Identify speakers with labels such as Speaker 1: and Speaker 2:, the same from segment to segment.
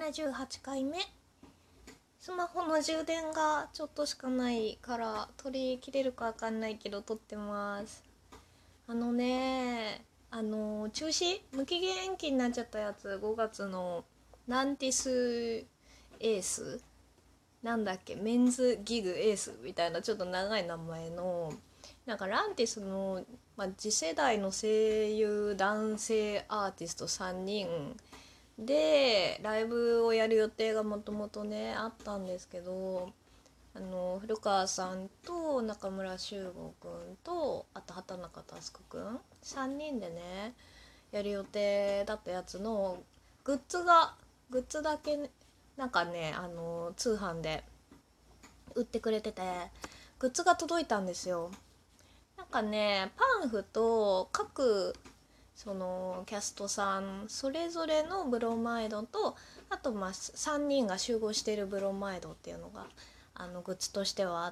Speaker 1: 78回目。スマホの充電がちょっとしかないから取り切れるかわかんないけど撮ってます。中止無期限延期になっちゃったやつ、5月のランティスエースなんだっけ、メンズギグエースみたいなちょっと長い名前のなんかランティスの、次世代の声優男性アーティスト3人でライブをやる予定がもともとねあったんですけど、古川さんと中村修吾くんとあと畑中佑くん3人でねやる予定だったやつのグッズだけ、なんかね通販で売ってくれてて、グッズが届いたんですよ。なんかねパンフと各そのキャストさんそれぞれのブロマイドと、あと3人が集合しているブロマイドっていうのがグッズとしてはあって、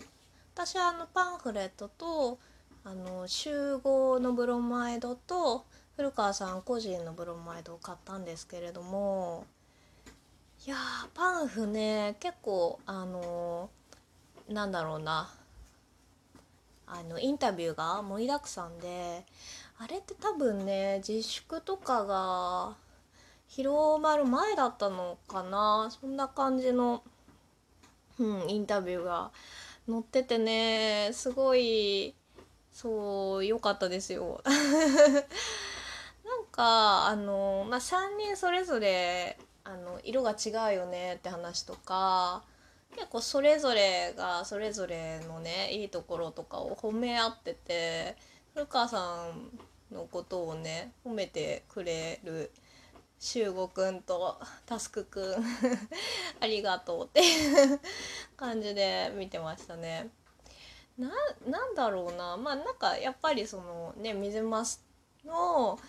Speaker 1: 私はパンフレットと集合のブロマイドと古川さん個人のブロマイドを買ったんですけれども、いやーパンフね結構なんだろうな、インタビューが盛りだくさんで、あれって多分ね自粛とかが広まる前だったのかな、そんな感じの、インタビューが載っててね、すごいそう良かったですよ。なんか3人それぞれ色が違うよねって話とか、結構それぞれがそれぞれのねいいところとかを褒め合ってて、古川さんのことをね褒めてくれる修吾くんとタスクくんありがとうって感じで見てましたね。なんだろうな、なんかやっぱりそのね水増の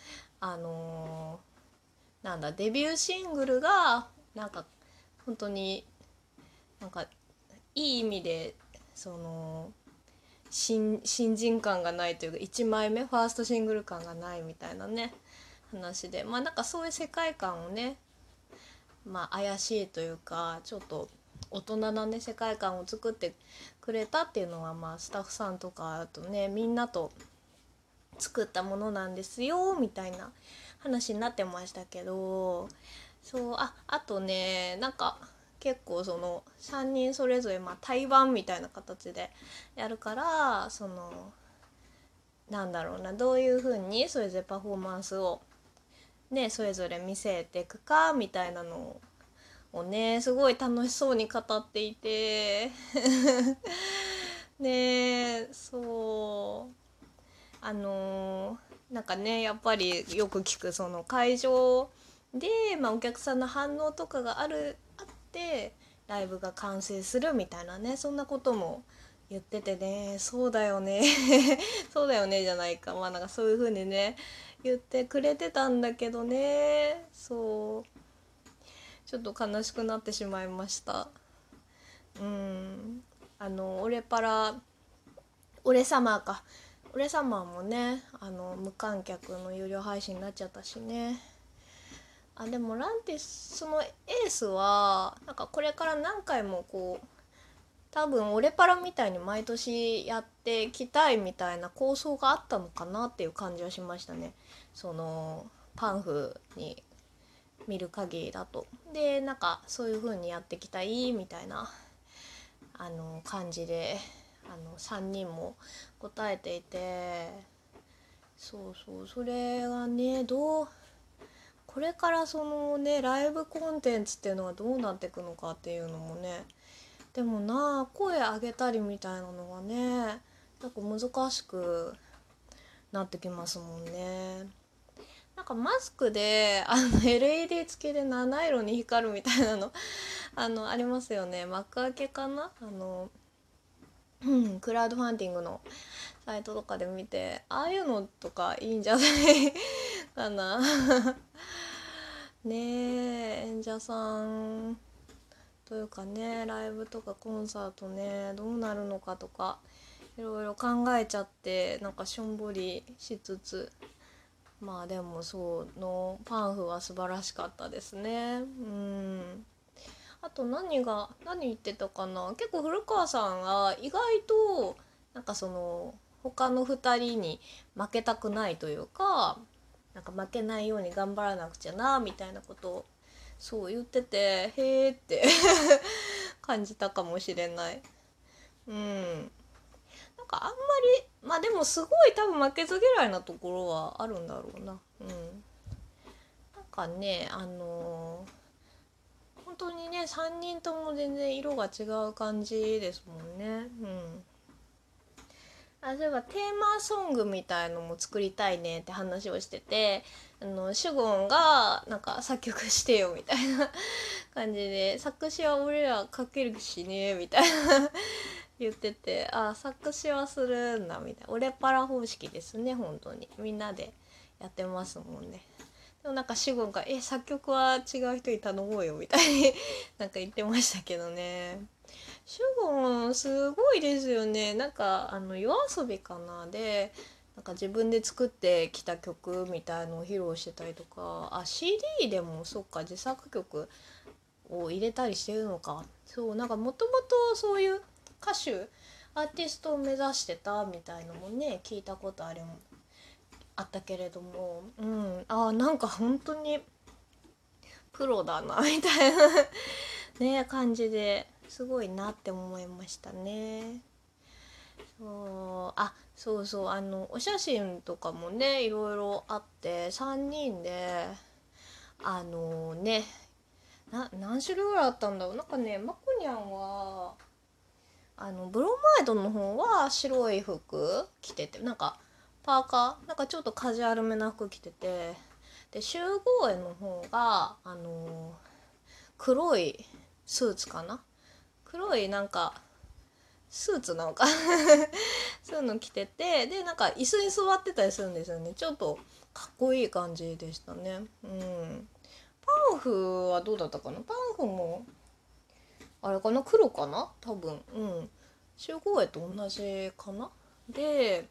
Speaker 1: デビューシングルがなんか本当になんかいい意味でその新人感がないというか、1枚目ファーストシングル感がないみたいなね話で、なんかそういう世界観をね、怪しいというかちょっと大人なね世界観を作ってくれたっていうのは、スタッフさんとかとねみんなと作ったものなんですよみたいな話になってましたけど、そうあとねなんか結構その3人それぞれ対バンみたいな形でやるから、そのなんだろうな、どういう風にそれぞれパフォーマンスをねそれぞれ見せていくかみたいなのをねすごい楽しそうに語っていてねそうなんかねやっぱりよく聞くその会場で、お客さんの反応とかがあってライブが完成するみたいなね、そんなことも言っててね、そうだよねそうだよねじゃないか、なんかそういう風にね言ってくれてたんだけどね、そうちょっと悲しくなってしまいました。俺パラ俺サマーか俺サマーもね無観客の有料配信になっちゃったしね。でもランティスそのエースはなんかこれから何回もこう多分俺パラみたいに毎年やっていきたいみたいな構想があったのかなっていう感じはしましたね、そのパンフに見る限りだと。でなんかそういう風にやっていきたいみたいな感じで3人も答えていて、そうそれがねこれからそのねライブコンテンツっていうのがどうなっていくのかっていうのもね、でも声上げたりみたいなのがねなんか難しくなってきますもんね。なんかマスクでLED 付きで七色に光るみたいなのありますよね。幕開けかな、クラウドファンディングのサイトとかで見て、ああいうのとかいいんじゃないかなねえ、演者さんというかねライブとかコンサートねどうなるのかとかいろいろ考えちゃって、なんかしょんぼりしつつまあでもそのパンフは素晴らしかったですね。あと何言ってたかな、結構古川さんが意外となんかその他の2人に負けたくないというか、なんか負けないように頑張らなくちゃなみたいなことをそう言ってて、へーって感じたかもしれない。なんかあんまり、まあでもすごい多分負けず嫌いなところはあるんだろうな。なんかね、本当にね3人とも全然色が違う感じですもんね。例えばテーマソングみたいのも作りたいねって話をしてて、シュゴンがなんか作曲してよみたいな感じで、作詞は俺ら書けるしねみたいな言ってて、あ、作詞はするんだみたいな、俺パラ方式ですね、本当にみんなでやってますもんね。でもなんかシュゴンが作曲は違う人に頼もうよみたいになんか言ってましたけどね。シュゴンすごいですよね。なんか夜遊びかなで、なんか自分で作ってきた曲みたいのを披露してたりとか、CD でもそっか自作曲を入れたりしてるのか。そう、なんかもともとそういう歌手アーティストを目指してたみたいのもね聞いたことあったけれども、なんか本当にプロだなみたいなね感じですごいなって思いましたね。そうそう、お写真とかもねいろいろあって、3人でね、何種類ぐらいあったんだろう。なんかね、まこにゃんはブロマイドの方は白い服着てて、なんかパーカー、なんかちょっとカジュアルめな服着てて、で集合園の方が黒いスーツかな、黒いなんかスーツなのかそういうの着てて、でなんか椅子に座ってたりするんですよね。ちょっとかっこいい感じでしたね。パンフはどうだったかな。パンフもあれかな、黒かな多分。集合絵と同じかな。で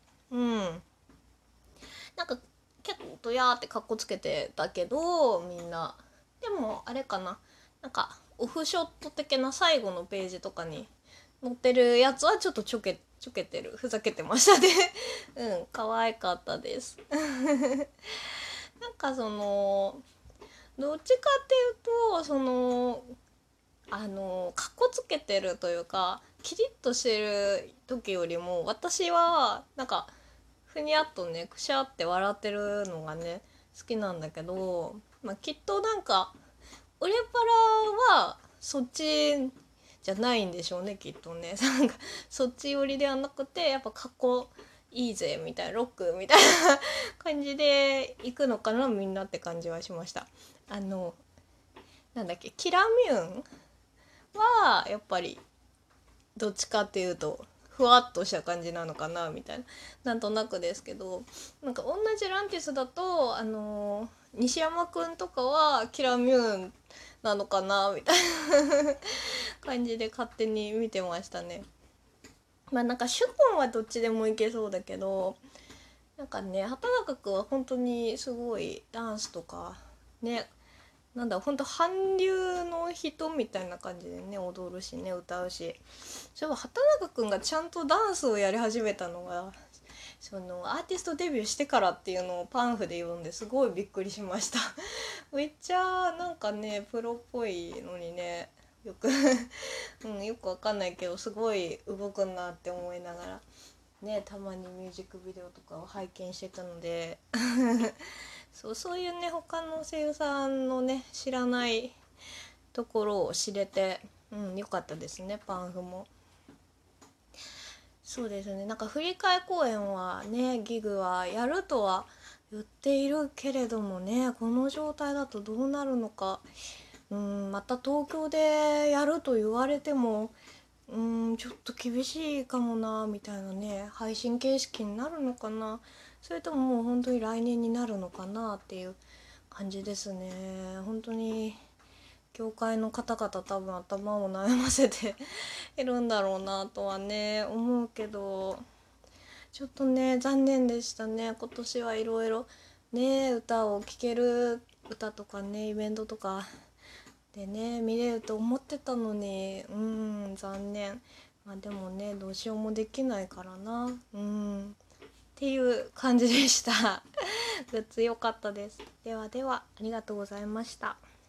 Speaker 1: なんか結構ドヤーってかっこつけてたけどみんな、でもあれかな、なんかオフショット的な最後のページとかに載ってるやつはちょっとちょけてる、ふざけてましたね可愛かったですなんかそのどっちかっていうとそのかっこつけてるというかキリッとしてる時よりも、私はなんかふにゃっとねくしゃって笑ってるのがね好きなんだけど、きっとなんかオレパラはそっちじゃないんでしょうねきっとねなんかそっち寄りではなくて、やっぱかっこいいぜみたいな、ロックみたいな感じで行くのかなみんなって感じはしました。なんだっけ、キラミューンはやっぱりどっちかっていうとふわっとした感じなのかなみたいな、なんとなくですけど、なんか同じランティスだと西山くんとかはキラミューンなのかなみたいな感じで勝手に見てましたね。なんかシュコンはどっちでもいけそうだけど、なんかね畑中くんは本当にすごいダンスとかね、なんだほんと韓流の人みたいな感じでね踊るしね歌うし、そういえば畑中くんがちゃんとダンスをやり始めたのがそのアーティストデビューしてからっていうのをパンフで読んですごいびっくりしましためっちゃなんかねプロっぽいのにね、よくよくわかんないけどすごい動くなって思いながらね、たまにミュージックビデオとかを拝見してたのでそういうね他の声優さんのね知らないところを知れて、よかったですねパンフも。そうですね、なんか振り替え公演はねギグはやるとは言っているけれどもね、この状態だとどうなるのか。また東京でやると言われてもちょっと厳しいかもなみたいなね、配信形式になるのかな、それとももう本当に来年になるのかなっていう感じですね。本当に業界の方々多分頭を悩ませているんだろうなとはね思うけど、ちょっとね残念でしたね。今年はいろいろね歌を聴ける、歌とかねイベントとかでね見れると思ってたのに、残念。まあでもねどうしようもできないからな。っていう感じでした。グッズ良かったです。ではではありがとうございました。